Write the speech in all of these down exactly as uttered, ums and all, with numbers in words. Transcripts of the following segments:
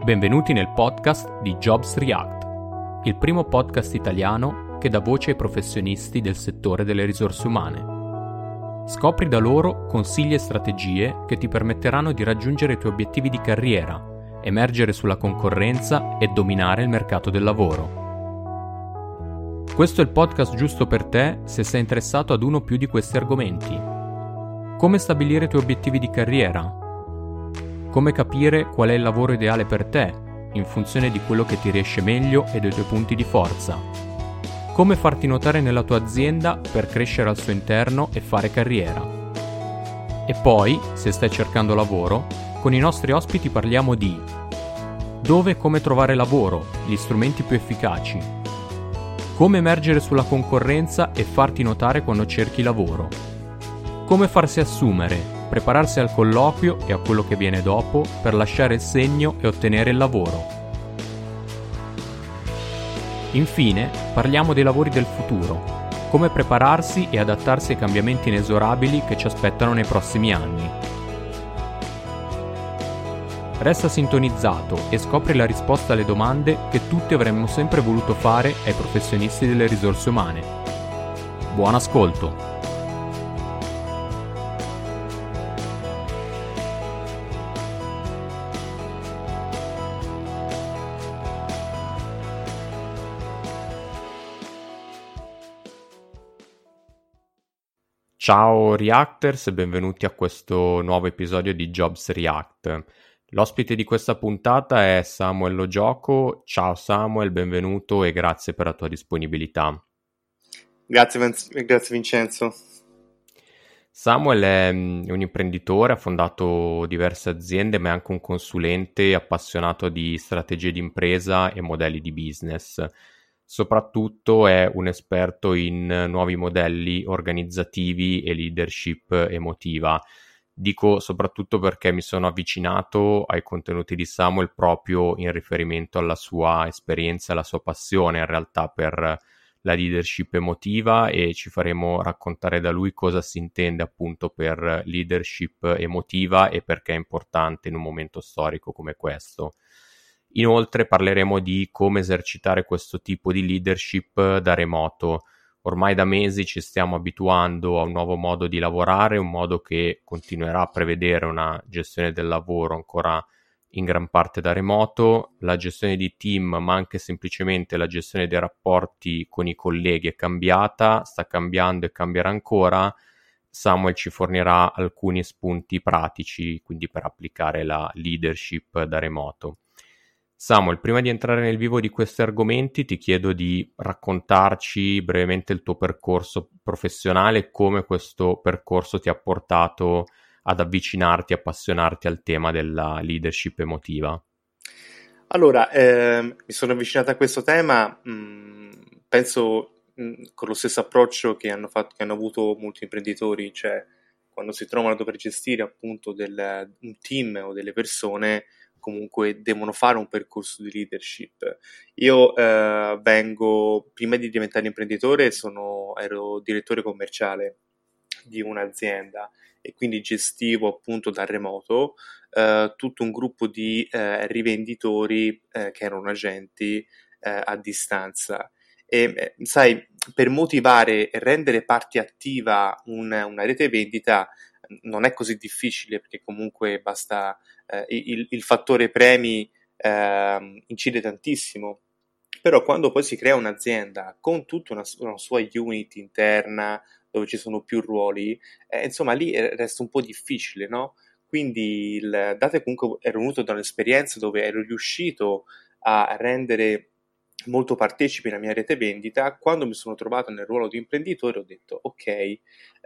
Benvenuti nel podcast di Jobs React, il primo podcast italiano che dà voce ai professionisti del settore delle risorse umane. Scopri da loro consigli e strategie che ti permetteranno di raggiungere i tuoi obiettivi di carriera, emergere sulla concorrenza e dominare il mercato del lavoro. Questo è il podcast giusto per te se sei interessato ad uno o più di questi argomenti. Come stabilire i tuoi obiettivi di carriera? Come capire qual è il lavoro ideale per te, in funzione di quello che ti riesce meglio e dei tuoi punti di forza. Come farti notare nella tua azienda per crescere al suo interno e fare carriera. E poi, se stai cercando lavoro, con i nostri ospiti parliamo di dove e come trovare lavoro, gli strumenti più efficaci, come emergere sulla concorrenza e farti notare quando cerchi lavoro, come farsi assumere, prepararsi al colloquio e a quello che viene dopo per lasciare il segno e ottenere il lavoro. Infine, parliamo dei lavori del futuro, come prepararsi e adattarsi ai cambiamenti inesorabili che ci aspettano nei prossimi anni. Resta sintonizzato e scopri la risposta alle domande che tutti avremmo sempre voluto fare ai professionisti delle risorse umane. Buon ascolto! Ciao Reactors e benvenuti a questo nuovo episodio di Jobs React. L'ospite di questa puntata è Samuel Lo Gioco. Ciao Samuel, benvenuto e grazie per la tua disponibilità. Grazie, grazie Vincenzo. Samuel è un imprenditore, ha fondato diverse aziende, ma è anche un consulente appassionato di strategie di impresa e modelli di business. Soprattutto è un esperto in nuovi modelli organizzativi e leadership emotiva. Dico soprattutto perché mi sono avvicinato ai contenuti di Samuel proprio in riferimento alla sua esperienza e alla sua passione in realtà per la leadership emotiva, e ci faremo raccontare da lui cosa si intende appunto per leadership emotiva e perché è importante in un momento storico come questo. Inoltre parleremo di come esercitare questo tipo di leadership da remoto. Ormai da mesi ci stiamo abituando a un nuovo modo di lavorare, un modo che continuerà a prevedere una gestione del lavoro ancora in gran parte da remoto. La gestione di team, ma anche semplicemente la gestione dei rapporti con i colleghi è cambiata, sta cambiando e cambierà ancora. Samuel ci fornirà alcuni spunti pratici, quindi per applicare la leadership da remoto. Samuel, prima di entrare nel vivo di questi argomenti, ti chiedo di raccontarci brevemente il tuo percorso professionale e come questo percorso ti ha portato ad avvicinarti, appassionarti al tema della leadership emotiva. Allora, eh, mi sono avvicinato a questo tema, mh, penso mh, con lo stesso approccio che hanno fatto, che hanno avuto molti imprenditori, cioè quando si trovano a dover gestire appunto del, un team o delle persone, comunque devono fare un percorso di leadership. Io eh, vengo, prima di diventare imprenditore, sono, ero direttore commerciale di un'azienda e quindi gestivo appunto da remoto eh, tutto un gruppo di eh, rivenditori eh, che erano agenti eh, a distanza. E eh, sai, per motivare e rendere parte attiva un, una rete vendita non è così difficile, perché comunque basta eh, il, il fattore premi eh, incide tantissimo. Però quando poi si crea un'azienda con tutta una, una sua unit interna dove ci sono più ruoli, eh, insomma lì resta un po' difficile, no? Quindi, il, dato che comunque ero venuto da un'esperienza dove ero riuscito a rendere molto partecipe la mia rete vendita, quando mi sono trovato nel ruolo di imprenditore ho detto ok, eh,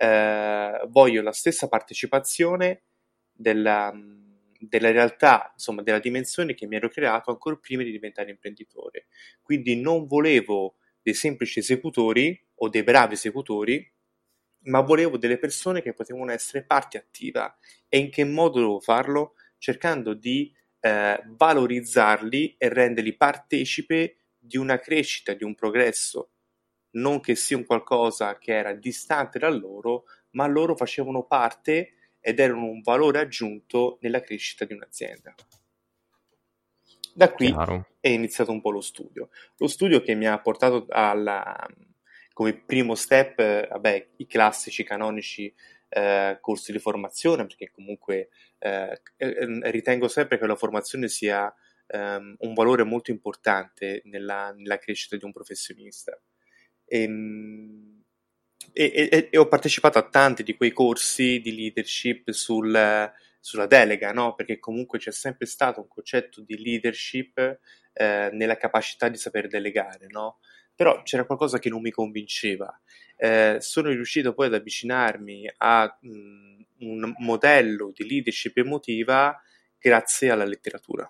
voglio la stessa partecipazione della, della realtà, insomma della dimensione che mi ero creato ancora prima di diventare imprenditore. Quindi non volevo dei semplici esecutori o dei bravi esecutori, ma volevo delle persone che potevano essere parte attiva. E in che modo dovevo farlo? Cercando di eh, valorizzarli e renderli partecipe di una crescita, di un progresso, non che sia un qualcosa che era distante da loro, ma loro facevano parte ed erano un valore aggiunto nella crescita di un'azienda. Da qui chiaro. è iniziato un po' lo studio. Lo studio che mi ha portato alla, come primo step, eh, vabbè, i classici canonici eh, corsi di formazione, perché comunque eh, eh, ritengo sempre che la formazione sia ehm, un valore molto importante nella, nella crescita di un professionista. Ehm, E, e- e ho partecipato a tanti di quei corsi di leadership sul- sulla delega, no? Perché comunque c'è sempre stato un concetto di leadership eh, nella capacità di saper delegare, no? Però c'era qualcosa che non mi convinceva. Eh, sono riuscito poi ad avvicinarmi a mh, un modello di leadership emotiva grazie alla letteratura.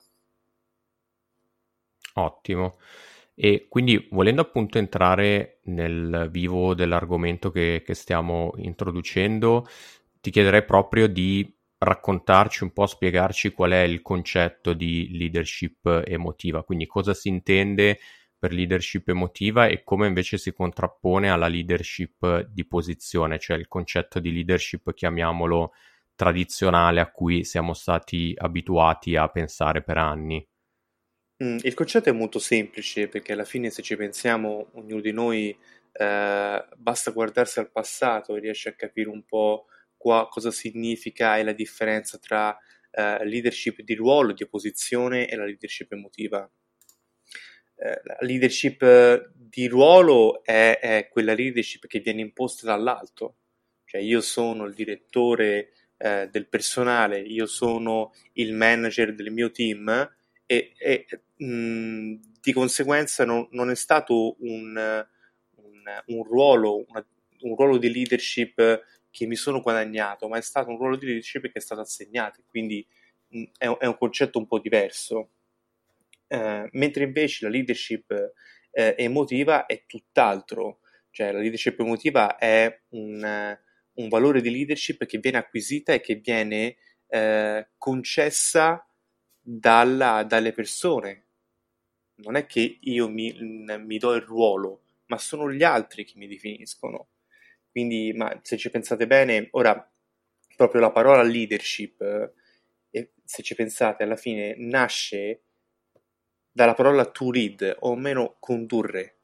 Ottimo. E quindi volendo appunto entrare nel vivo dell'argomento che, che stiamo introducendo, ti chiederei proprio di raccontarci un po', spiegarci qual è il concetto di leadership emotiva, quindi cosa si intende per leadership emotiva e come invece si contrappone alla leadership di posizione, cioè il concetto di leadership, chiamiamolo tradizionale, a cui siamo stati abituati a pensare per anni. Mm, il concetto è molto semplice perché alla fine, se ci pensiamo, ognuno di noi eh, basta guardarsi al passato e riesce a capire un po' qua- cosa significa e la differenza tra eh, leadership di ruolo, di posizione e la leadership emotiva. Eh, la leadership eh, di ruolo è, è quella leadership che viene imposta dall'alto, cioè io sono il direttore eh, del personale, io sono il manager del mio team e, e, mh, di conseguenza non, non è stato un, un, un ruolo, una- un ruolo di leadership che mi sono guadagnato, ma è stato un ruolo di leadership che è stato assegnato, quindi mh, è, un- è un concetto un po' diverso. Eh, mentre invece la leadership eh, emotiva è tutt'altro, cioè la leadership emotiva è un, eh, un valore di leadership che viene acquisita e che viene eh, concessa dalla- dalle persone. Non è che io mi, mi do il ruolo, ma sono gli altri che mi definiscono. Quindi, ma se ci pensate bene, ora proprio la parola leadership, eh, e se ci pensate, alla fine nasce dalla parola to lead, o meno condurre.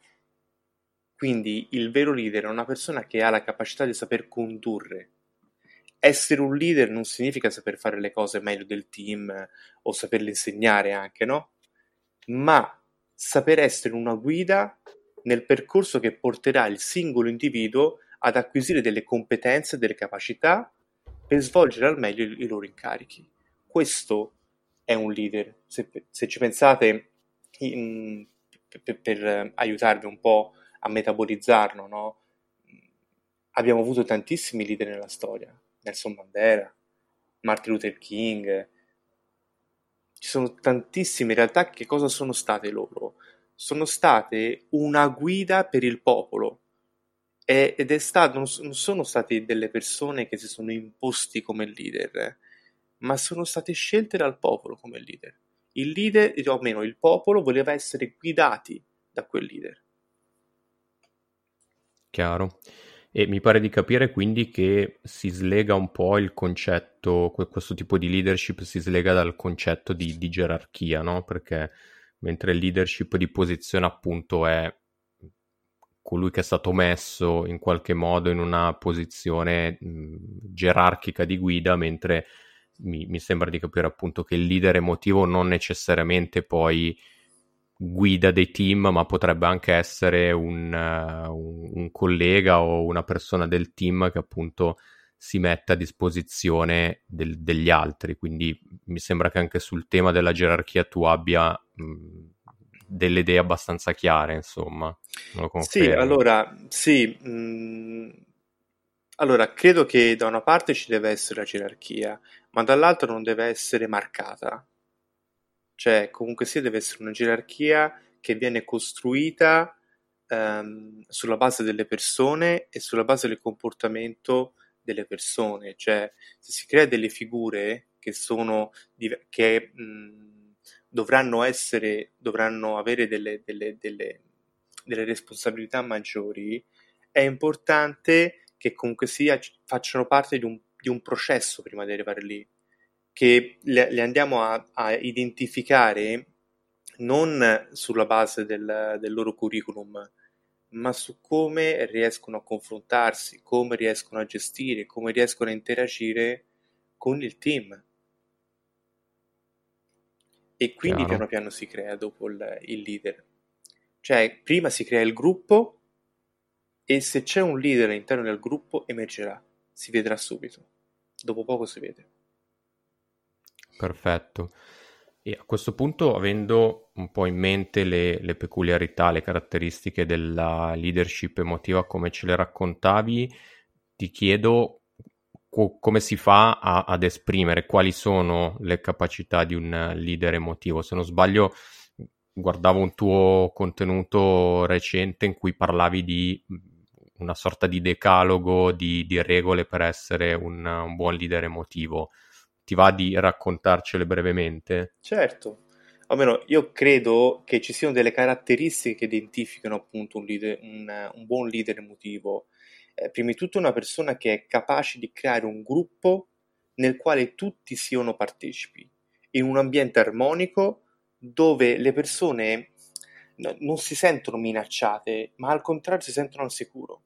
Quindi il vero leader è una persona che ha la capacità di saper condurre. Essere un leader non significa saper fare le cose meglio del team eh, o saperle insegnare anche, no? Ma saper essere una guida nel percorso che porterà il singolo individuo ad acquisire delle competenze e delle capacità per svolgere al meglio i, i loro incarichi. Questo è un leader. Se, se ci pensate, in- per, per, eh, aiutarvi un po' a metabolizzarlo, no? Abbiamo avuto tantissimi leader nella storia. Nelson Mandela, Martin Luther King, ci sono tantissime in realtà. Che cosa sono state loro? Sono state una guida per il popolo. E- ed è stato, non so- non sono state delle persone che si sono imposti come leader, eh, ma sono state scelte dal popolo come leader. Il leader, o meno il popolo, voleva essere guidati da quel leader. Chiaro. E mi pare di capire quindi che si slega un po' il concetto, que- questo tipo di leadership si slega dal concetto di, di gerarchia, no? Perché mentre il leadership di posizione appunto è colui che è stato messo in qualche modo in una posizione mh, gerarchica di guida, mentre mi, mi sembra di capire appunto che il leader emotivo non necessariamente poi guida dei team, ma potrebbe anche essere un, uh, un, un collega o una persona del team che appunto si mette a disposizione del, degli altri. Quindi mi sembra che anche sul tema della gerarchia tu abbia mh, delle idee abbastanza chiare, insomma, me lo Sì, confermi? allora, sì, mh, allora credo che da una parte ci deve essere la gerarchia, ma dall'altra non deve essere marcata. Cioè, comunque sia, deve essere una gerarchia che viene costruita ehm, sulla base delle persone e sulla base del comportamento delle persone. Cioè, se si crea delle figure che sono div- che mh, dovranno essere, dovranno avere delle, delle, delle, delle responsabilità maggiori, è importante che comunque sia c- facciano parte di un, di un processo prima di arrivare lì, che le, le andiamo a, a identificare non sulla base del, del loro curriculum, ma su come riescono a confrontarsi, come riescono a gestire, come riescono a interagire con il team. E quindi piano Chiaro. piano si crea dopo il, il leader. Cioè, prima si crea il gruppo e se c'è un leader all'interno del gruppo emergerà, si vedrà subito. Dopo poco si vede. Perfetto. E a questo punto, avendo un po' in mente le, le peculiarità, le caratteristiche della leadership emotiva come ce le raccontavi, ti chiedo co- come si fa a- ad esprimere, quali sono le capacità di un leader emotivo. Se non sbaglio, guardavo un tuo contenuto recente in cui parlavi di mh, una sorta di decalogo di, di regole per essere un, un buon leader emotivo. Ti va di raccontarcele brevemente? Certo, almeno io credo che ci siano delle caratteristiche che identificano appunto un leader- un, un buon leader emotivo. Eh, prima di tutto una persona che è capace di creare un gruppo nel quale tutti siano partecipi, in un ambiente armonico dove le persone no- non si sentono minacciate, ma al contrario si sentono al sicuro.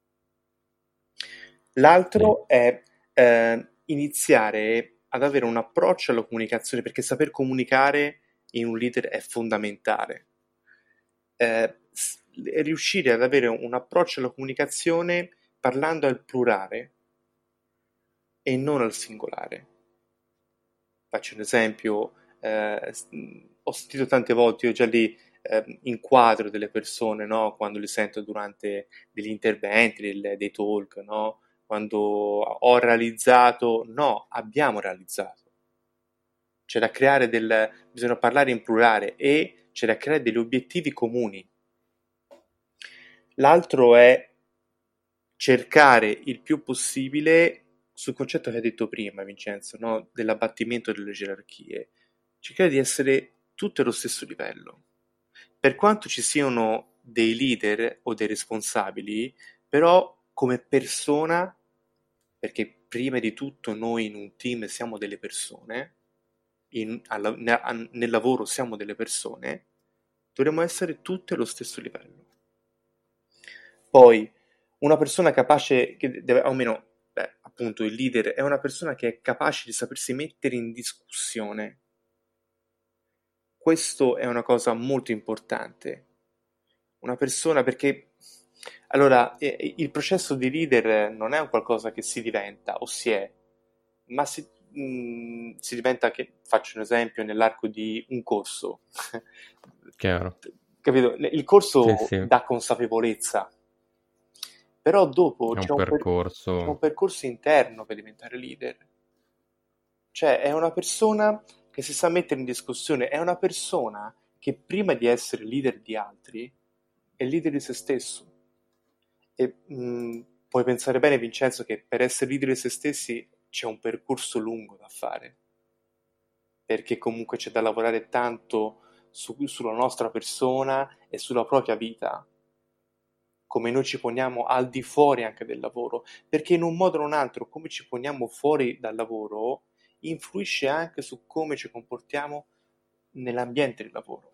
Sì, L'altro è eh, iniziare ad avere un approccio alla comunicazione, perché saper comunicare in un leader è fondamentale. Eh, s- riuscire ad avere un approccio alla comunicazione parlando al plurale e non al singolare. Faccio un esempio, eh, s- mh, ho sentito tante volte, io già lì eh, inquadro delle persone, no? Quando li sento durante degli interventi, del- dei talk, no? Quando ho realizzato, no, abbiamo realizzato. C'è da creare del, bisogna parlare in plurale e c'è da creare degli obiettivi comuni. L'altro è cercare il più possibile sul concetto che hai detto prima, Vincenzo, no? Dell'abbattimento delle gerarchie. Cercare di essere tutti allo stesso livello. Per quanto ci siano dei leader o dei responsabili, però come persona, perché prima di tutto noi in un team siamo delle persone, in- alla- ne- a- nel lavoro siamo delle persone, dovremmo essere tutti allo stesso livello. Poi, una persona capace, che deve, o almeno, beh, appunto, il leader è una persona che è capace di sapersi mettere in discussione. Questo è una cosa molto importante. Una persona perché, allora, eh, il processo di leader non è un qualcosa che si diventa o si è, ma si, mh, si diventa, che, faccio un esempio, nell'arco di un corso. chiaro. Capito? Il Sì, corso sì, è dà consapevolezza, però dopo un c'è un, per- c'è un percorso. percorso interno per diventare leader. Cioè, è una persona che si sa mettere in discussione, è una persona che prima di essere leader di altri è leader di se stesso. E mh, puoi pensare bene, Vincenzo, che per essere leader di se stessi c'è un percorso lungo da fare, perché comunque c'è da lavorare tanto su- sulla nostra persona e sulla propria vita, come noi ci poniamo al di fuori anche del lavoro, perché in un modo o in un altro come ci poniamo fuori dal lavoro influisce anche su come ci comportiamo nell'ambiente del lavoro.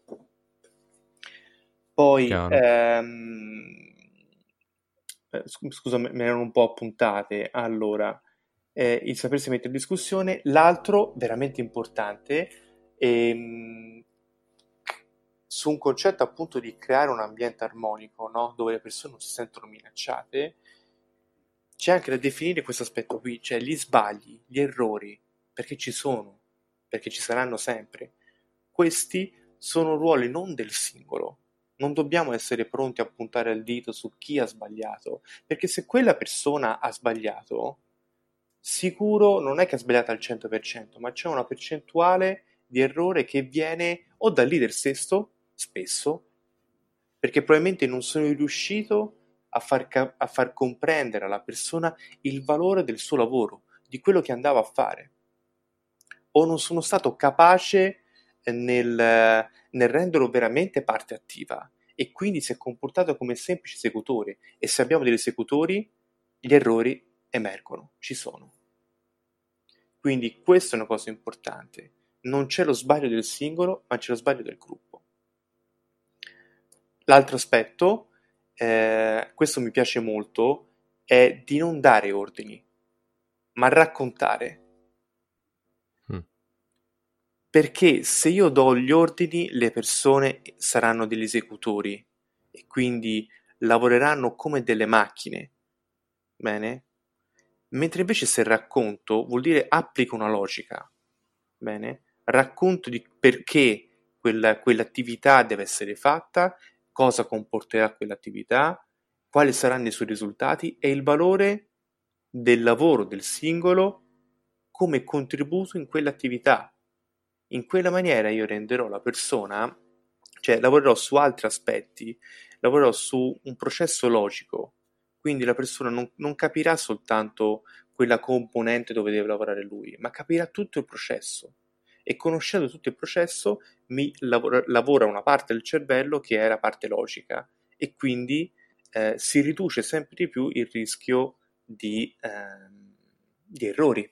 Poi, Chiaro. ehm, eh, scu- scusa, me me ne erano un po' appuntate. Allora, eh, il sapersi mettere in discussione. L'altro, veramente importante, ehm, su un concetto appunto di creare un ambiente armonico, no? Dove le persone non si sentono minacciate, c'è anche da definire questo aspetto qui, cioè gli sbagli, gli errori, perché ci sono, perché ci saranno sempre. Questi sono ruoli non del singolo. Non dobbiamo essere pronti a puntare il dito su chi ha sbagliato, perché se quella persona ha sbagliato, sicuro non è che ha sbagliato al cento per cento, ma c'è una percentuale di errore che viene o dal leader stesso, spesso, perché probabilmente non sono riuscito a far, ca- a far comprendere alla persona il valore del suo lavoro, di quello che andava a fare, o non sono stato capace eh, nel, eh, nel renderlo veramente parte attiva e quindi si è comportato come semplice esecutore e se abbiamo degli esecutori gli errori emergono, ci sono. Quindi questa è una cosa importante. Non c'è lo sbaglio del singolo, ma c'è lo sbaglio del gruppo. L'altro aspetto, eh, questo mi piace molto, è di non dare ordini, ma raccontare. Mm. Perché se io do gli ordini, le persone saranno degli esecutori e quindi lavoreranno come delle macchine. Bene? Mentre invece se racconto vuol dire applico una logica. Bene? Racconto di perché quella, quell'attività deve essere fatta, cosa comporterà quell'attività, quali saranno i suoi risultati e il valore del lavoro del singolo come contributo in quell'attività. In quella maniera io renderò la persona, cioè lavorerò su altri aspetti, lavorerò su un processo logico, quindi la persona non, non capirà soltanto quella componente dove deve lavorare lui, ma capirà tutto il processo. E conoscendo tutto il processo mi lavora, lavora una parte del cervello che è la parte logica e quindi eh, si riduce sempre di più il rischio di, ehm, di errori.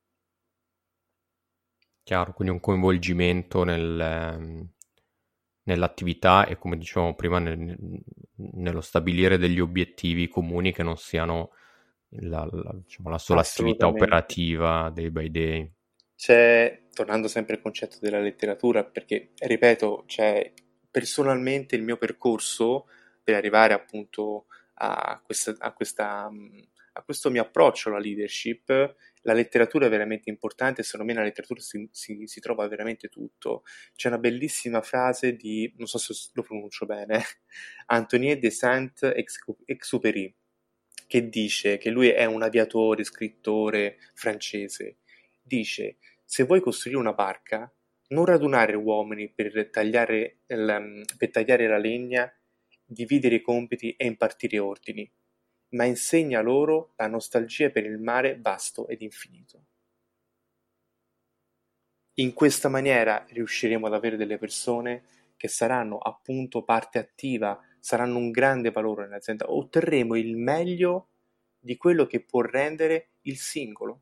Chiaro, quindi un coinvolgimento nel, ehm, nell'attività e come dicevamo prima nel- nello stabilire degli obiettivi comuni che non siano la, la- diciamo, la sola attività Assolutamente. operativa day by day. C'è, tornando sempre al concetto della letteratura, perché ripeto, c'è personalmente il mio percorso per arrivare appunto a questa, a questa, mh, a questo mio approccio alla leadership, la letteratura è veramente importante, secondo me nella letteratura si, si- si trova veramente tutto. C'è una bellissima frase di, non so se lo pronuncio bene, Antoine de Saint-Exupéry, che dice che lui è un aviatore, scrittore francese. Dice: se vuoi costruire una barca, non radunare uomini per tagliare, il- per tagliare la legna, dividere i compiti e impartire ordini, ma insegna loro la nostalgia per il mare vasto ed infinito. In questa maniera riusciremo ad avere delle persone che saranno appunto parte attiva, saranno un grande valore nell'azienda, otterremo il meglio di quello che può rendere il singolo.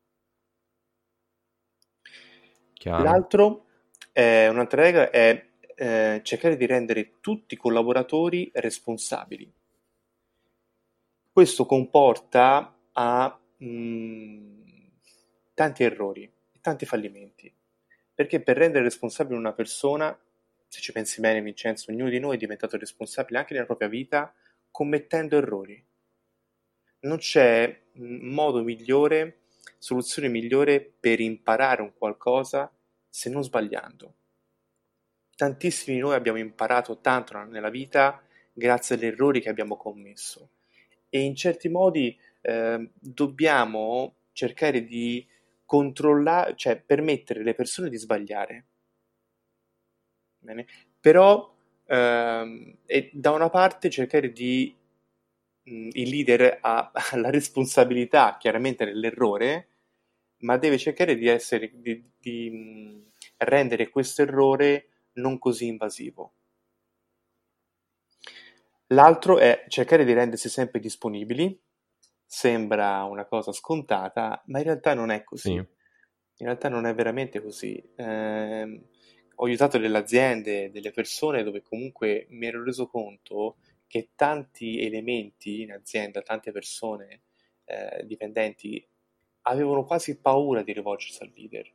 Chiaro? L'altro, eh, un'altra regola è eh, cercare di rendere tutti i collaboratori responsabili. Questo comporta a mh, tanti errori e tanti fallimenti, perché per rendere responsabile una persona, se ci pensi bene Vincenzo, ognuno di noi è diventato responsabile anche nella propria vita commettendo errori. Non c'è mh, modo migliore, soluzione migliore per imparare un qualcosa se non sbagliando. Tantissimi di noi abbiamo imparato tanto nella vita grazie agli errori che abbiamo commesso e in certi modi eh, dobbiamo cercare di controllare, cioè permettere alle persone di sbagliare. Bene? Però ehm, e da una parte cercare di mh, il leader ha la responsabilità chiaramente dell'errore, ma deve cercare di essere di, di mh, rendere questo errore non così invasivo. L'altro è cercare di rendersi sempre disponibili. Sembra una cosa scontata, ma in realtà non è così. Sì. In realtà non è veramente così. Ehm, ho aiutato delle aziende, delle persone dove comunque mi ero reso conto che tanti elementi in azienda, tante persone, eh, dipendenti, avevano quasi paura di rivolgersi al leader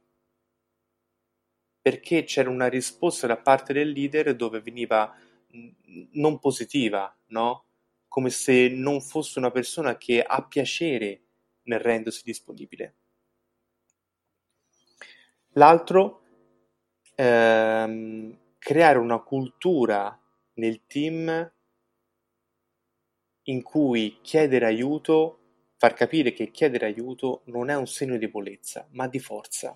perché c'era una risposta da parte del leader dove veniva mh, non positiva, no? Come se non fosse una persona che ha piacere nel rendersi disponibile. L'altro, ehm, creare una cultura nel team in cui chiedere aiuto, far capire che chiedere aiuto non è un segno di debolezza, ma di forza.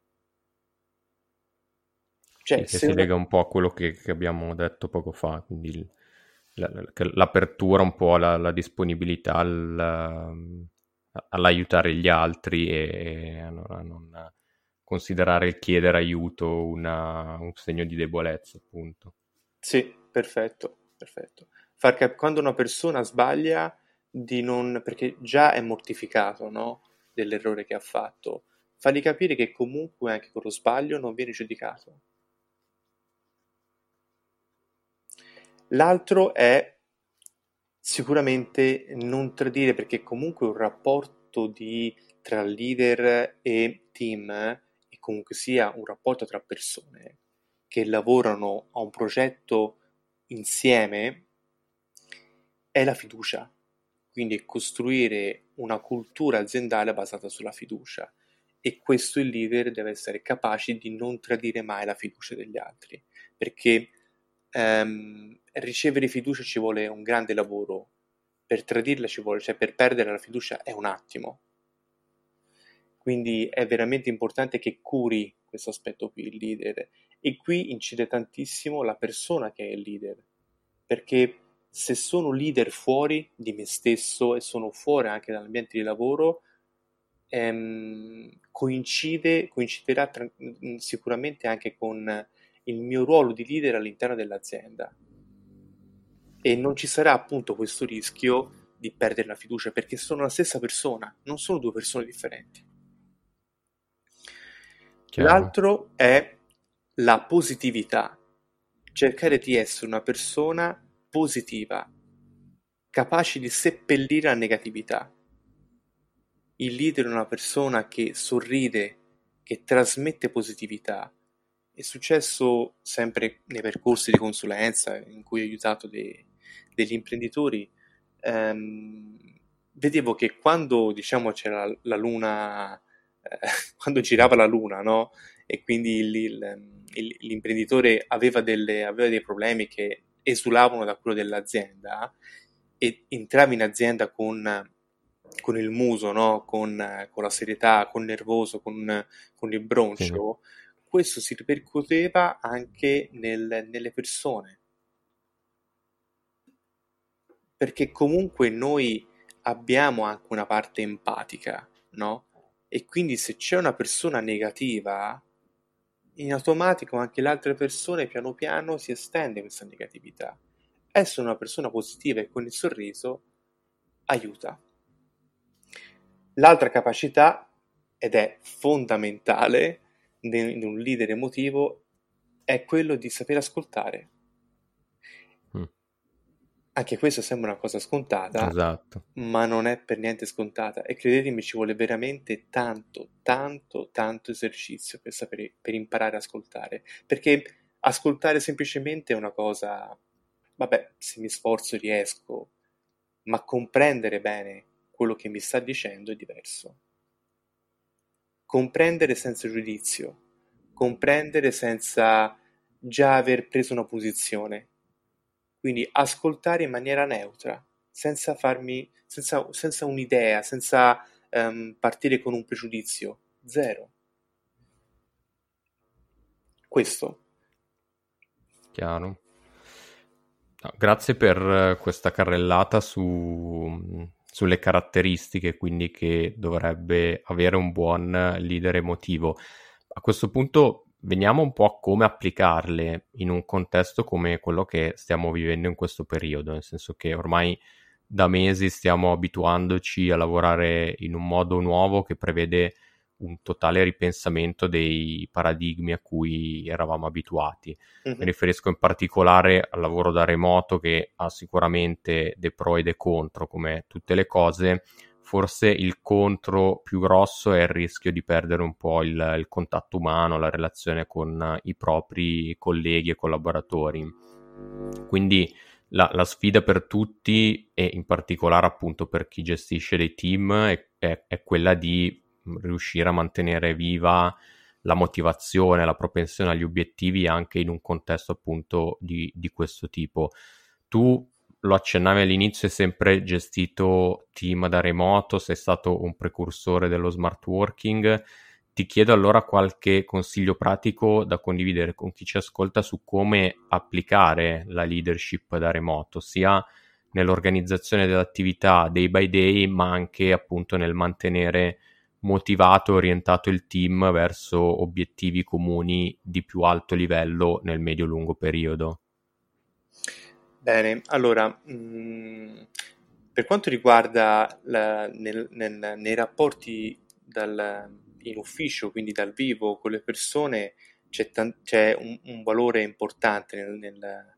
Sì, Cioè, che se si una, lega un po' a quello che, che abbiamo detto poco fa, quindi il- la- la- che l'apertura un po' alla, alla disponibilità, al- all'aiutare gli altri e a non, a non considerare il chiedere aiuto una- un segno di debolezza, appunto. Sì, perfetto, perfetto. Far cap- quando una persona sbaglia di non, perché già è mortificato, no? Dell'errore che ha fatto, fargli capire che comunque anche con lo sbaglio non viene giudicato. L'altro è sicuramente non tradire, perché comunque un rapporto di, tra leader e team è comunque sia un rapporto tra persone che lavorano a un progetto insieme, è la fiducia. Quindi è costruire una cultura aziendale basata sulla fiducia. E questo il leader deve essere capace di non tradire mai la fiducia degli altri, perché ehm, ricevere fiducia ci vuole un grande lavoro, per tradirla ci vuole, cioè per perdere la fiducia è un attimo. Quindi è veramente importante che curi questo aspetto qui, il leader. E qui incide tantissimo la persona che è il leader, perché se sono leader fuori di me stesso e sono fuori anche dall'ambiente di lavoro, ehm, coincide, coinciderà tra- sicuramente anche con il mio ruolo di leader all'interno dell'azienda, e non ci sarà appunto questo rischio di perdere la fiducia, perché sono la stessa persona, non sono due persone differenti. Chiaro. L'altro è la positività, cercare di essere una persona positiva, capace di seppellire la negatività. Il leader è una persona che sorride, che trasmette positività. È successo sempre nei percorsi di consulenza in cui ho aiutato dei- degli imprenditori. ehm, Vedevo che quando, diciamo, c'era la, la luna, eh, quando girava la luna, no? E quindi il- il- il- l'imprenditore aveva, delle- aveva dei problemi che esulavano da quello dell'azienda, e entrava in azienda con, con il muso, no? Con, con la serietà, con il nervoso, con, con il Sì. broncio. Questo si ripercuoteva anche nel- nelle persone, perché comunque noi abbiamo anche una parte empatica, no? E quindi se c'è una persona negativa, in automatico anche le altre persone piano piano si estende questa negatività. Essere una persona positiva e con il sorriso aiuta. L'altra capacità, ed è fondamentale in un leader emotivo, è quello di saper ascoltare. Mm, Anche questo sembra una cosa scontata, esatto. ma non è per niente scontata, e credetemi ci vuole veramente tanto, tanto, tanto esercizio per sapere, per imparare ad ascoltare, perché ascoltare semplicemente è una cosa, vabbè, se mi sforzo riesco, ma comprendere bene quello che mi sta dicendo è diverso. Comprendere senza giudizio, comprendere senza già aver preso una posizione. Quindi ascoltare in maniera neutra, senza farmi, senza, senza un'idea, senza ehm, partire con un pregiudizio. Zero. Questo. Chiaro. No, grazie per eh, questa carrellata su, sulle caratteristiche quindi che dovrebbe avere un buon leader emotivo. A questo punto veniamo un po' a come applicarle in un contesto come quello che stiamo vivendo in questo periodo, nel senso che ormai da mesi stiamo abituandoci a lavorare in un modo nuovo che prevede un totale ripensamento dei paradigmi a cui eravamo abituati. Mi Mhm. riferisco in particolare al lavoro da remoto, che ha sicuramente dei pro e dei contro, come tutte le cose. Forse il contro più grosso è il rischio di perdere un po' il, il contatto umano, la relazione con i propri colleghi e collaboratori. Quindi la, la sfida per tutti, e in particolare appunto per chi gestisce dei team, è, è, è quella di riuscire a mantenere viva la motivazione, la propensione agli obiettivi anche in un contesto appunto di, di questo tipo. Tu lo accennavi all'inizio, hai sempre gestito team da remoto, sei stato un precursore dello smart working. Ti chiedo allora qualche consiglio pratico da condividere con chi ci ascolta su come applicare la leadership da remoto, sia nell'organizzazione dell'attività day by day, ma anche appunto nel mantenere motivato e orientato il team verso obiettivi comuni di più alto livello nel medio-lungo periodo. Bene, allora, mh, per quanto riguarda la- nel- nel- nei rapporti dal- in ufficio, quindi dal vivo con le persone, c'è tan- c'è un, un valore importante nel, nel-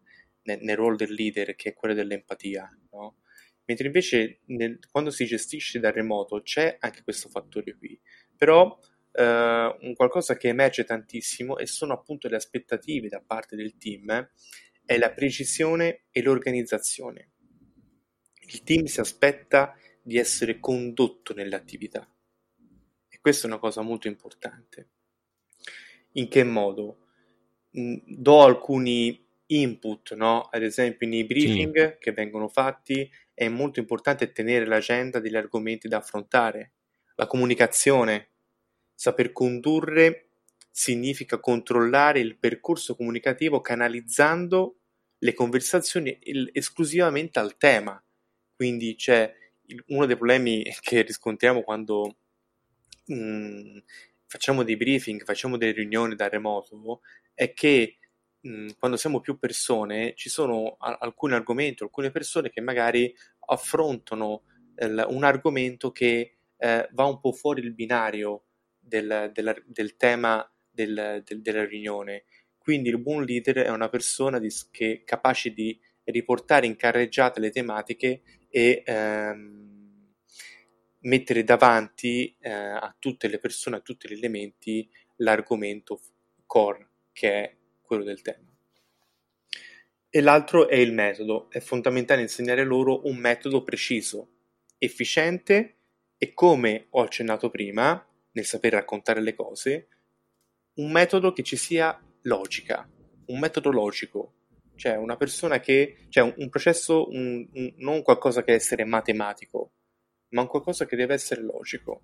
nel, nel ruolo del leader, che è quello dell'empatia, no? Mentre invece nel, quando si gestisce da remoto c'è anche questo fattore qui, però eh, un qualcosa che emerge tantissimo e sono appunto le aspettative da parte del team, eh, è la precisione e l'organizzazione. Il team si aspetta di essere condotto nelle attività e questa è una cosa molto importante. In che modo? Mh, do alcuni input, no? Ad esempio nei briefing Sì. che vengono fatti è molto importante tenere l'agenda degli argomenti da affrontare. La comunicazione, saper condurre significa controllare il percorso comunicativo canalizzando le conversazioni il- esclusivamente al tema. Quindi c'è il- uno dei problemi che riscontriamo quando mh, facciamo dei briefing, facciamo delle riunioni da remoto, è che mh, quando siamo più persone ci sono a- alcuni argomenti, alcune persone che magari affrontano el- un argomento che eh, va un po' fuori il binario del, della- del tema del- del- della riunione. Quindi il buon leader è una persona di- che è capace di riportare in carreggiata le tematiche e ehm, mettere davanti eh, a tutte le persone, a tutti gli elementi, l'argomento core, che è quello del tema. E l'altro è il metodo. È fondamentale insegnare loro un metodo preciso, efficiente e, come ho accennato prima, nel saper raccontare le cose, un metodo che ci sia logica, un metodo logico, cioè una persona che, cioè un, un processo, un, un- non qualcosa che deve essere matematico, ma un qualcosa che deve essere logico.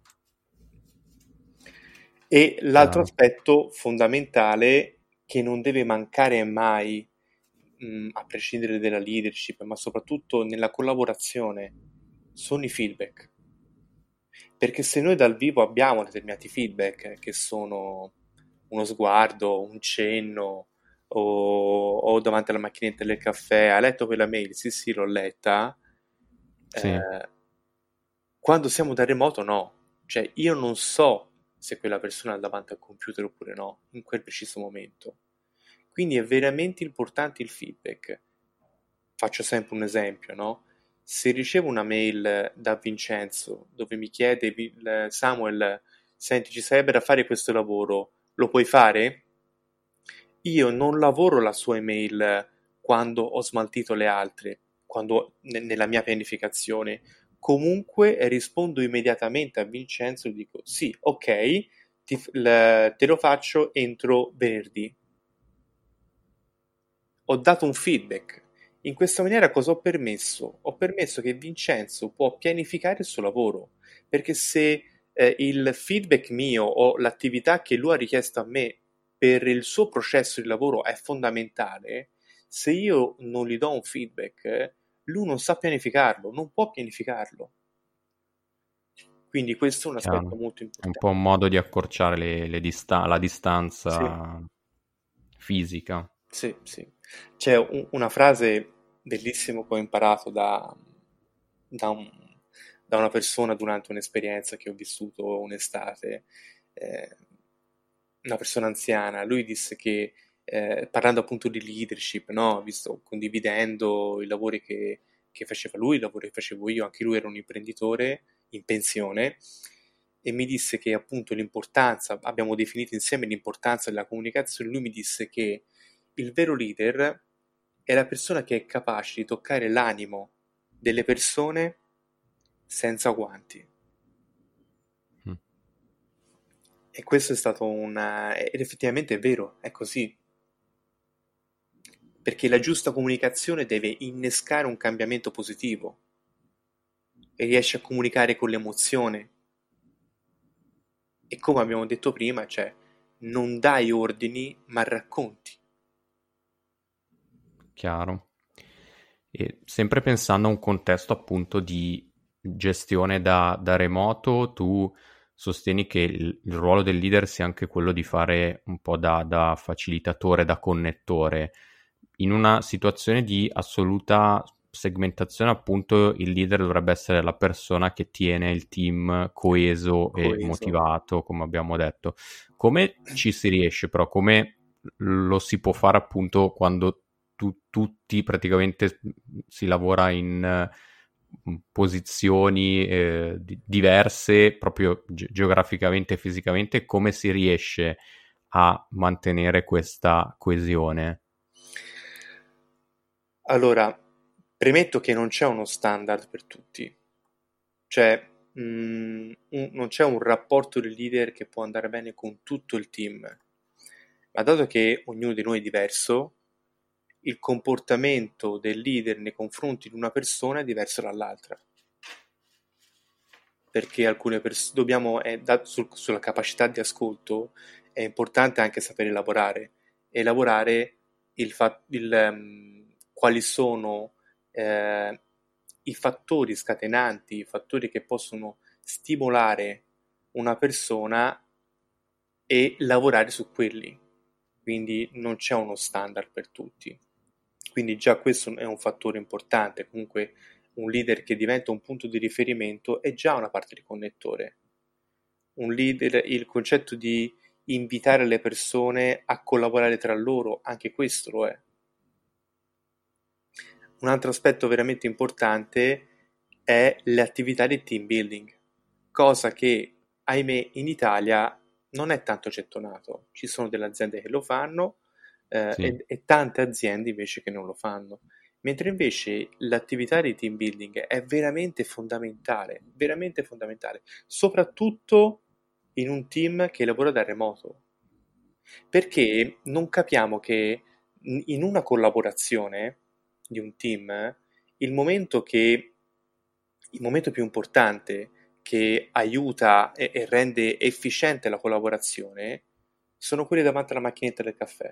E l'altro Chiaro. aspetto fondamentale che non deve mancare mai, mh, a prescindere dalla leadership, ma soprattutto nella collaborazione, sono i feedback. Perché se noi dal vivo abbiamo determinati feedback, eh, che sono uno sguardo, un cenno, o, o davanti alla macchinetta del caffè, hai letto quella mail? Sì, sì, l'ho letta. Sì, Eh, quando siamo da remoto, no. Cioè, io non so se quella persona è davanti al computer oppure no, in quel preciso momento. Quindi è veramente importante il feedback. Faccio sempre un esempio, no? Se ricevo una mail da Vincenzo dove mi chiede il- Samuel, senti, ci sarebbe da fare questo lavoro, lo puoi fare? Io non lavoro la sua email quando ho smaltito le altre, quando ne- nella mia pianificazione. Comunque rispondo immediatamente a Vincenzo e dico sì, ok, ti f- l- te lo faccio entro venerdì. Ho dato un feedback. In questa maniera cosa ho permesso? Ho permesso che Vincenzo può pianificare il suo lavoro, perché se eh, il feedback mio o l'attività che lui ha richiesto a me per il suo processo di lavoro è fondamentale, se io non gli do un feedback, eh, lui non sa pianificarlo, non può pianificarlo. Quindi questo è un aspetto chiaro. molto È un po' un importante. modo di accorciare le, le dista- la Sì. distanza fisica. Sì, sì. C'è un- una frase bellissima che ho imparato da, da un- da una persona durante un'esperienza che ho vissuto un'estate, eh, una persona anziana. Lui disse che, eh, parlando appunto di leadership, no? Visto, condividendo i lavori che, che faceva lui, i lavori che facevo io, anche lui era un imprenditore in pensione, e mi disse che appunto l'importanza, abbiamo definito insieme l'importanza della comunicazione, lui mi disse che il vero leader è la persona che è capace di toccare l'animo delle persone senza guanti. Mm. E questo è stato una... ed effettivamente è vero, è così. Perché la giusta comunicazione deve innescare un cambiamento positivo e riesce a comunicare con l'emozione. E come abbiamo detto prima, cioè, non dai ordini, ma racconti. Chiaro. E sempre pensando a un contesto appunto di gestione da, da remoto, tu sostieni che il, il ruolo del leader sia anche quello di fare un po' da, da facilitatore, da connettore. In una situazione di assoluta segmentazione, appunto, il leader dovrebbe essere la persona che tiene il team coeso e Coeso. motivato, come abbiamo detto. Come ci si riesce, però, come lo si può fare appunto quando tu- tutti praticamente si lavora in eh, posizioni eh, di- diverse proprio ge- geograficamente e fisicamente, come si riesce a mantenere questa coesione? Allora, premetto che non c'è uno standard per tutti, cioè mh, un- non c'è un rapporto di leader che può andare bene con tutto il team, ma dato che ognuno di noi è diverso, il comportamento del leader nei confronti di una persona è diverso dall'altra, perché alcune persone dobbiamo, eh, da- sul- sulla capacità di ascolto è importante anche sapere lavorare e lavorare il fa- il, ehm, quali sono eh, i fattori scatenanti, i fattori che possono stimolare una persona e lavorare su quelli. Quindi non c'è uno standard per tutti. Quindi già questo è un fattore importante. Comunque un leader che diventa un punto di riferimento è già una parte di connettore. Un leader, il concetto di invitare le persone a collaborare tra loro, anche questo lo è. Un altro aspetto veramente importante è le attività di team building, cosa che, ahimè, in Italia non è tanto gettonato. Ci sono delle aziende che lo fanno eh, Sì. e, e tante aziende invece che non lo fanno. Mentre invece l'attività di team building è veramente fondamentale, veramente fondamentale, soprattutto in un team che lavora da remoto, perché non capiamo che in in una collaborazione di un team, il momento che il momento più importante che aiuta e, e rende efficiente la collaborazione sono quelli davanti alla macchinetta del caffè,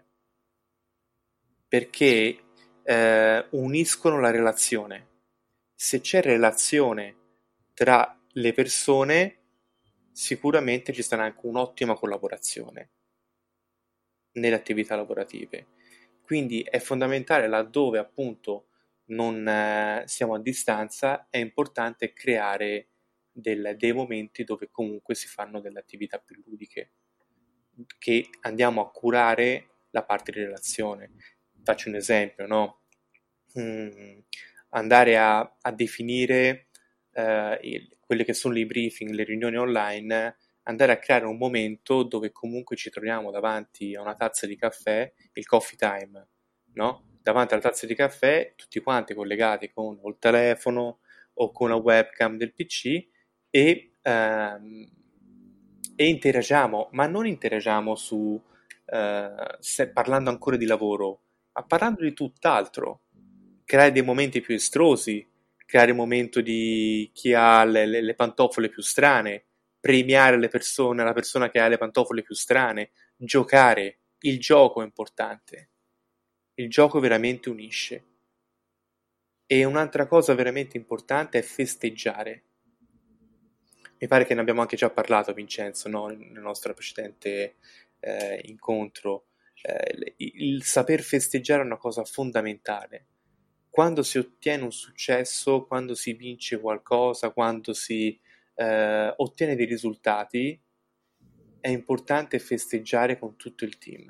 perché eh, uniscono la relazione. Se c'è relazione tra le persone, sicuramente ci sarà anche un'ottima collaborazione nelle attività lavorative. Quindi è fondamentale laddove appunto non eh, siamo a distanza, è importante creare del- dei momenti dove comunque si fanno delle attività più ludiche, che andiamo a curare la parte di relazione. Faccio un esempio, no? Mm, andare a, a definire eh, il- quelle che sono i briefing, le riunioni online, andare a creare un momento dove comunque ci troviamo davanti a una tazza di caffè, il coffee time, no? Davanti alla tazza di caffè, tutti quanti collegati con o il telefono o con la webcam del P C e, ehm, e interagiamo, ma non interagiamo su, eh, se- parlando ancora di lavoro, ma parlando di tutt'altro. Creare dei momenti più estrosi, creare un momento di chi ha le, le- le pantofole più strane, premiare le persone, la persona che ha le pantofole più strane, giocare. Il gioco è importante. Il gioco veramente unisce. E un'altra cosa veramente importante è festeggiare. Mi pare che ne abbiamo anche già parlato, Vincenzo, no? Nel nostro precedente eh, incontro. Eh, il, il saper festeggiare è una cosa fondamentale. Quando si ottiene un successo, quando si vince qualcosa, quando si eh, ottiene dei risultati, è importante festeggiare con tutto il team.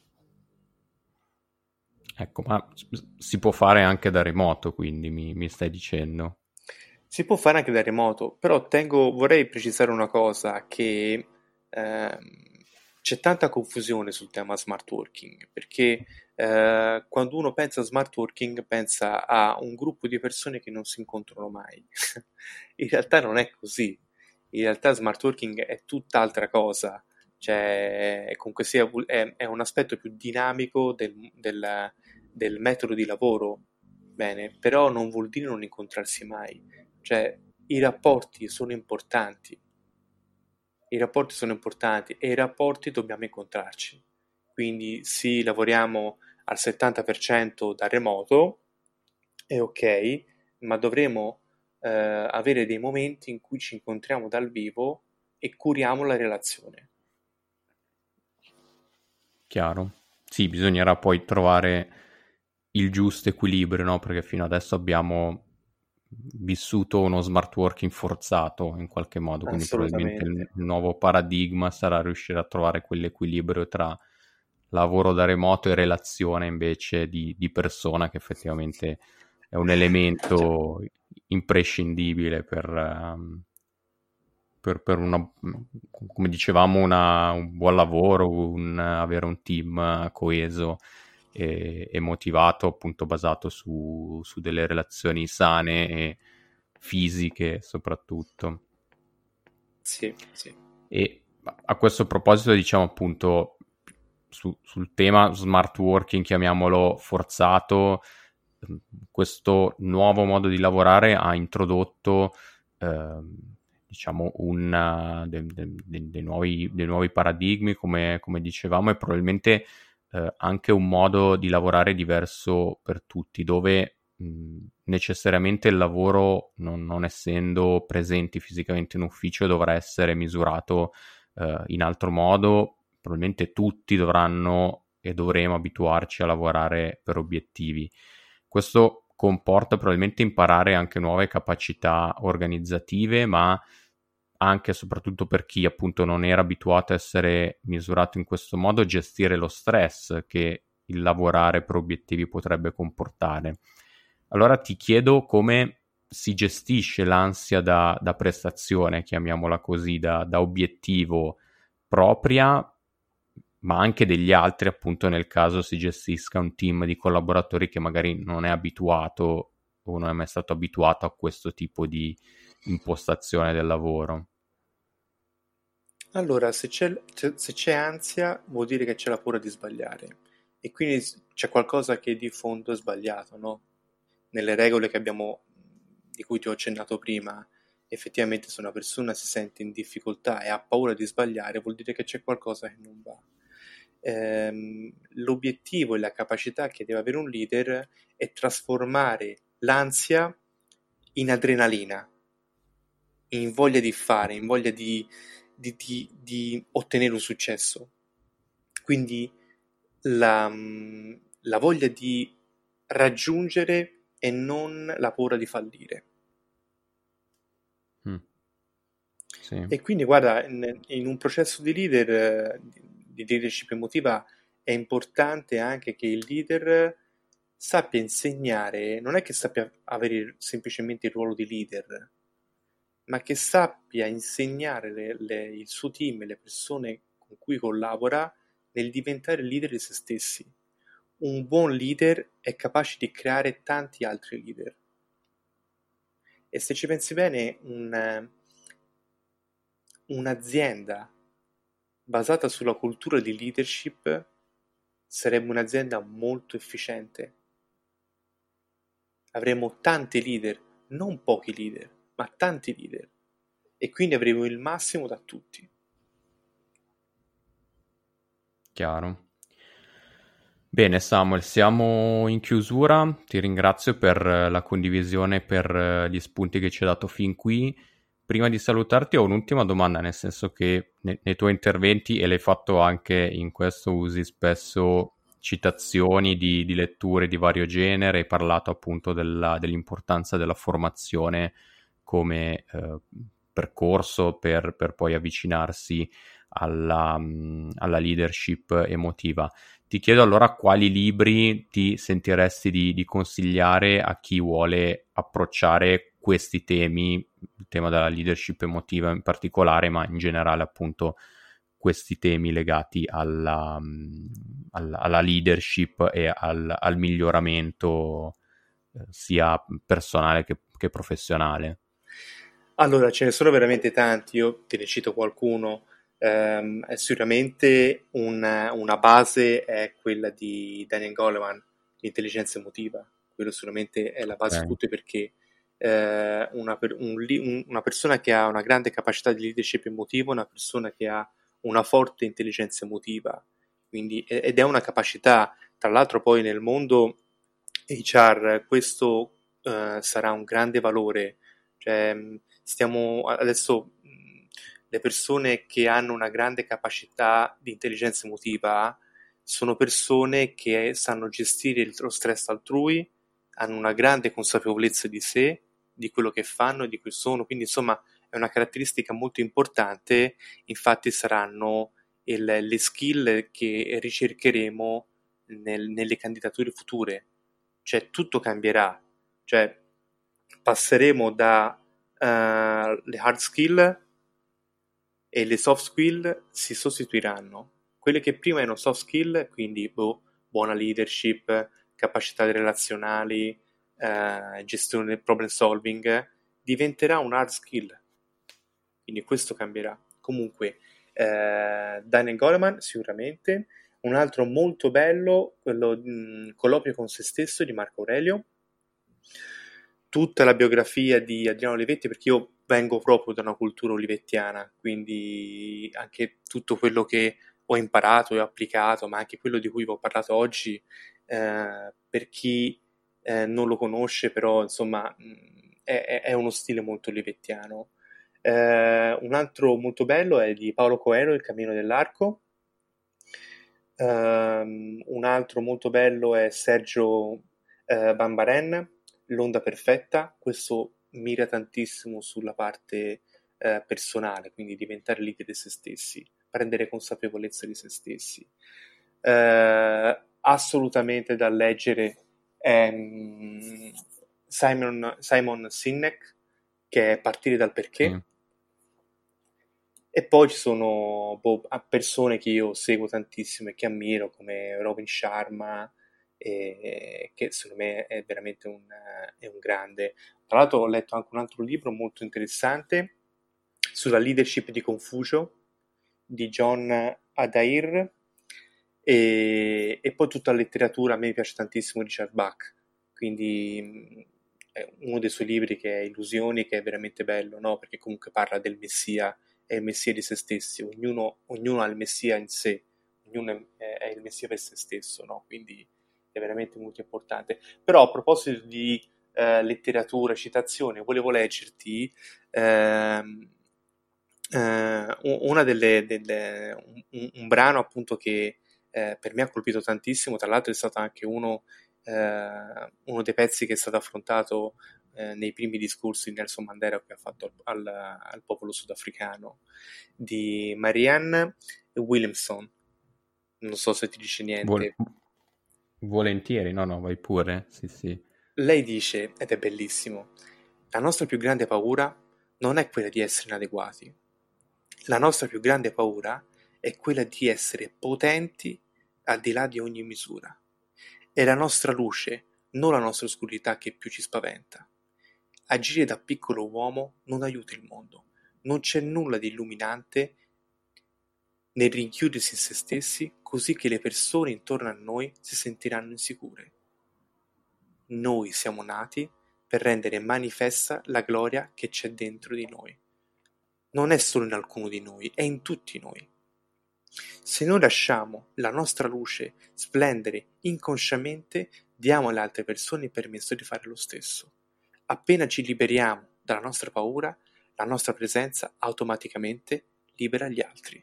Ecco, ma s- si può fare anche da remoto, quindi mi, mi stai dicendo. Si può fare anche da remoto, però tengo, vorrei precisare una cosa, che ehm, c'è tanta confusione sul tema smart working, perché eh, quando uno pensa a smart working pensa a un gruppo di persone che non si incontrano mai. In realtà non è così. In realtà smart working è tutt'altra cosa, cioè comunque sia, è, è un aspetto più dinamico del, del del metodo di lavoro, bene, però non vuol dire non incontrarsi mai. Cioè, i rapporti sono importanti, i rapporti sono importanti e i rapporti dobbiamo incontrarci. Quindi sì, lavoriamo al settanta per cento da remoto, è ok, ma dovremo eh, avere dei momenti in cui ci incontriamo dal vivo e curiamo la relazione. Chiaro. Sì, bisognerà poi trovare il giusto equilibrio, no? Perché fino adesso abbiamo vissuto uno smart working forzato in qualche modo, quindi probabilmente il Assolutamente. il nuovo paradigma sarà riuscire a trovare quell'equilibrio tra lavoro da remoto e relazione invece di, di persona, che effettivamente è un elemento imprescindibile per, um, per, per una, come dicevamo, una, un buon lavoro, un, avere un team coeso e, e motivato, appunto basato su, su delle relazioni sane e fisiche soprattutto. Sì, sì. E a questo proposito, diciamo appunto su, sul tema smart working, chiamiamolo forzato, questo nuovo modo di lavorare ha introdotto eh, diciamo un, de, de, de, de nuovi, dei nuovi paradigmi, come, come dicevamo, e probabilmente eh, anche un modo di lavorare diverso per tutti, dove mh, necessariamente il lavoro, non, non essendo presenti fisicamente in ufficio, dovrà essere misurato eh, in altro modo. Probabilmente tutti dovranno e dovremo abituarci a lavorare per obiettivi. Questo comporta probabilmente imparare anche nuove capacità organizzative, ma anche e soprattutto per chi appunto non era abituato a essere misurato in questo modo, gestire lo stress che il lavorare per obiettivi potrebbe comportare. Allora ti chiedo come si gestisce l'ansia da, da prestazione, chiamiamola così, da, da obiettivo propria, ma anche degli altri, appunto nel caso si gestisca un team di collaboratori che magari non è abituato o non è mai stato abituato a questo tipo di impostazione del lavoro. Allora, se c'è, se c'è ansia, vuol dire che c'è la paura di sbagliare. E quindi c'è qualcosa che di fondo è sbagliato, no? Nelle regole che abbiamo, di cui ti ho accennato prima, effettivamente se una persona si sente in difficoltà e ha paura di sbagliare, vuol dire che c'è qualcosa che non va. Ehm, l'obiettivo e la capacità che deve avere un leader è trasformare l'ansia in adrenalina, in voglia di fare, in voglia di, di, di, di ottenere un successo. Quindi la, la voglia di raggiungere e non la paura di fallire. Mm. Sì. E quindi guarda, in, in un processo di leader, di leadership emotiva, è importante anche che il leader sappia insegnare, non è che sappia avere semplicemente il ruolo di leader, ma che sappia insegnare le, le, il suo team, le persone con cui collabora, nel diventare leader di se stessi. Un buon leader è capace di creare tanti altri leader. E se ci pensi bene, un, un'azienda basata sulla cultura di leadership sarebbe un'azienda molto efficiente. Avremo tanti leader, non pochi leader, ma tanti leader. E quindi avremo il massimo da tutti. Chiaro. Bene Samuel, siamo in chiusura, ti ringrazio per la condivisione, per gli spunti che ci hai dato fin qui. Prima di salutarti ho un'ultima domanda, nel senso che ne- nei tuoi interventi, e l'hai fatto anche in questo, usi spesso citazioni di, di letture di vario genere, hai parlato appunto della- dell'importanza della formazione come eh, percorso per, per poi avvicinarsi alla, mh, alla leadership emotiva. Ti chiedo allora quali libri ti sentiresti di, di consigliare a chi vuole approcciare questi temi, il tema della leadership emotiva in particolare, ma in generale appunto questi temi legati alla, alla, alla leadership e al, al miglioramento eh, sia personale che, che professionale. Allora, ce ne sono veramente tanti, io te ne cito qualcuno. Ehm, è sicuramente una, una base è quella di Daniel Goleman, l'intelligenza emotiva. Quello sicuramente è la base di Okay. tutto, perché eh, una, per- un li- un- una persona che ha una grande capacità di leadership emotivo è una persona che ha una forte intelligenza emotiva. Quindi, e- ed è una capacità, tra l'altro poi nel mondo H R questo eh, sarà un grande valore. Cioè, mh, stiamo adesso, mh, le persone che hanno una grande capacità di intelligenza emotiva sono persone che sanno gestire il- lo stress altrui, hanno una grande consapevolezza di sé, di quello che fanno e di cui sono, quindi insomma è una caratteristica molto importante. Infatti saranno il, le skill che ricercheremo nel, nelle candidature future. Cioè tutto cambierà, cioè passeremo da uh, le hard skill e le soft skill si sostituiranno. Quelle che prima erano soft skill, quindi boh, buona leadership, capacità relazionali, uh, gestione del problem solving, diventerà un hard skill. Quindi questo cambierà. Comunque, uh, Daniel Goleman sicuramente. Un altro molto bello, quello mh, Colloquio con se stesso di Marco Aurelio. Tutta la biografia di Adriano Olivetti, perché io vengo proprio da una cultura olivettiana, quindi anche tutto quello che ho imparato e ho applicato, ma anche quello di cui vi ho parlato oggi, eh, per chi eh, non lo conosce, però insomma è, è uno stile molto olivettiano. Eh, un altro molto bello è di Paolo Coelho, Il cammino dell'arco. Um, un altro molto bello è Sergio uh, Bambaren, L'onda perfetta. Questo mira tantissimo sulla parte uh, personale, quindi diventare leader di se stessi, prendere consapevolezza di se stessi. Uh, assolutamente da leggere è um, Simon, Simon Sinek, che è Partire dal perché. Mm. E poi ci sono boh, persone che io seguo tantissimo e che ammiro, come Robin Sharma, e, che secondo me è veramente un, è un grande. Tra l'altro ho letto anche un altro libro molto interessante sulla leadership di Confucio, di John Adair, e, e poi tutta la letteratura. A me piace tantissimo Richard Bach, quindi è uno dei suoi libri che è Illusioni, che è veramente bello, no? Perché comunque parla del Messia, è il Messia di se stessi, ognuno, ognuno ha il Messia in sé, ognuno è, è il Messia per se stesso, no? Quindi è veramente molto importante. Però a proposito di eh, letteratura, citazione, volevo leggerti eh, eh, una delle, delle un, un brano appunto che eh, per me ha colpito tantissimo. Tra l'altro è stato anche uno, eh, uno dei pezzi che è stato affrontato Eh, nei primi discorsi di Nelson Mandela che ha fatto al, al popolo sudafricano, di Marianne Williamson. Non so se ti dice niente. Vol- volentieri, no no, vai pure. Sì, sì. Lei dice, ed è bellissimo: la nostra più grande paura non è quella di essere inadeguati, la nostra più grande paura è quella di essere potenti al di là di ogni misura. È la nostra luce, non la nostra oscurità, che più ci spaventa. Agire da piccolo uomo non aiuta il mondo. Non c'è nulla di illuminante nel rinchiudersi in se stessi, così che le persone intorno a noi si sentiranno insicure. Noi siamo nati per rendere manifesta la gloria che c'è dentro di noi. Non è solo in alcuno di noi, è in tutti noi. Se noi lasciamo la nostra luce splendere inconsciamente, diamo alle altre persone il permesso di fare lo stesso. Appena ci liberiamo dalla nostra paura, la nostra presenza automaticamente libera gli altri.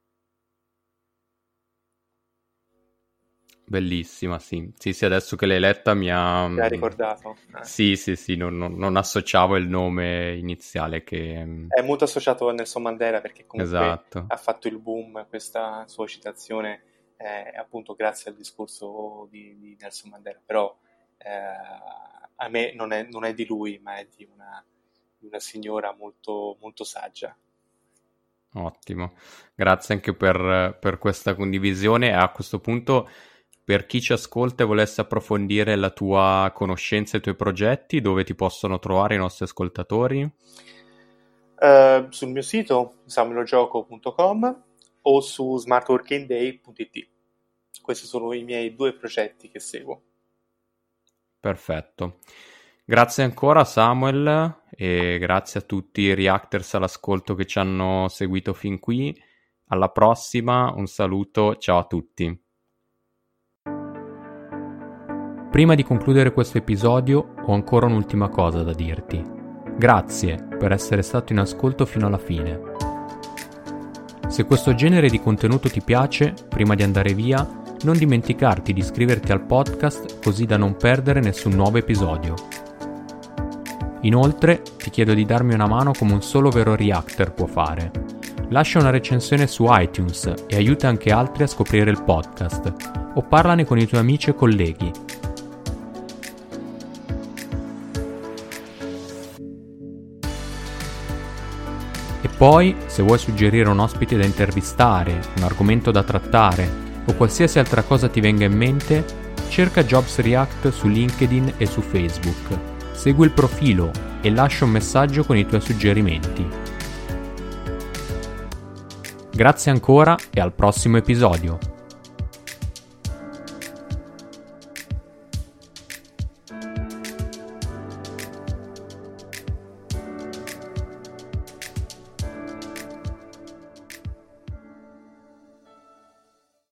Bellissima, sì. Sì, sì, adesso che l'hai letta mi ha... Mi ha ricordato. Eh. Sì, sì, sì, non, non, non associavo il nome iniziale che... È molto associato a Nelson Mandela, perché comunque esatto. Ha fatto il boom questa sua citazione eh, appunto grazie al discorso di, di Nelson Mandela, però eh, a me non è, non è di lui, ma è di una, di una signora molto, molto saggia. Ottimo, grazie anche per, per questa condivisione. E a questo punto, per chi ci ascolta e volesse approfondire la tua conoscenza e i tuoi progetti, dove ti possono trovare i nostri ascoltatori? Uh, sul mio sito samuelogioco punto com o su smart working day punto it. Questi sono i miei due progetti che seguo. Perfetto. Grazie ancora Samuel e grazie a tutti i Reactors all'ascolto che ci hanno seguito fin qui. Alla prossima, un saluto, ciao a tutti. Prima di concludere questo episodio ho ancora un'ultima cosa da dirti. Grazie per essere stato in ascolto fino alla fine. Se questo genere di contenuto ti piace, prima di andare via, non dimenticarti di iscriverti al podcast così da non perdere nessun nuovo episodio. Inoltre, ti chiedo di darmi una mano come un solo vero reactor può fare. Lascia una recensione su iTunes e aiuta anche altri a scoprire il podcast, o parlane con i tuoi amici e colleghi. E poi, se vuoi suggerire un ospite da intervistare, un argomento da trattare o qualsiasi altra cosa ti venga in mente, cerca Jobs React su LinkedIn e su Facebook. Segui il profilo e lascia un messaggio con i tuoi suggerimenti. Grazie ancora e al prossimo episodio.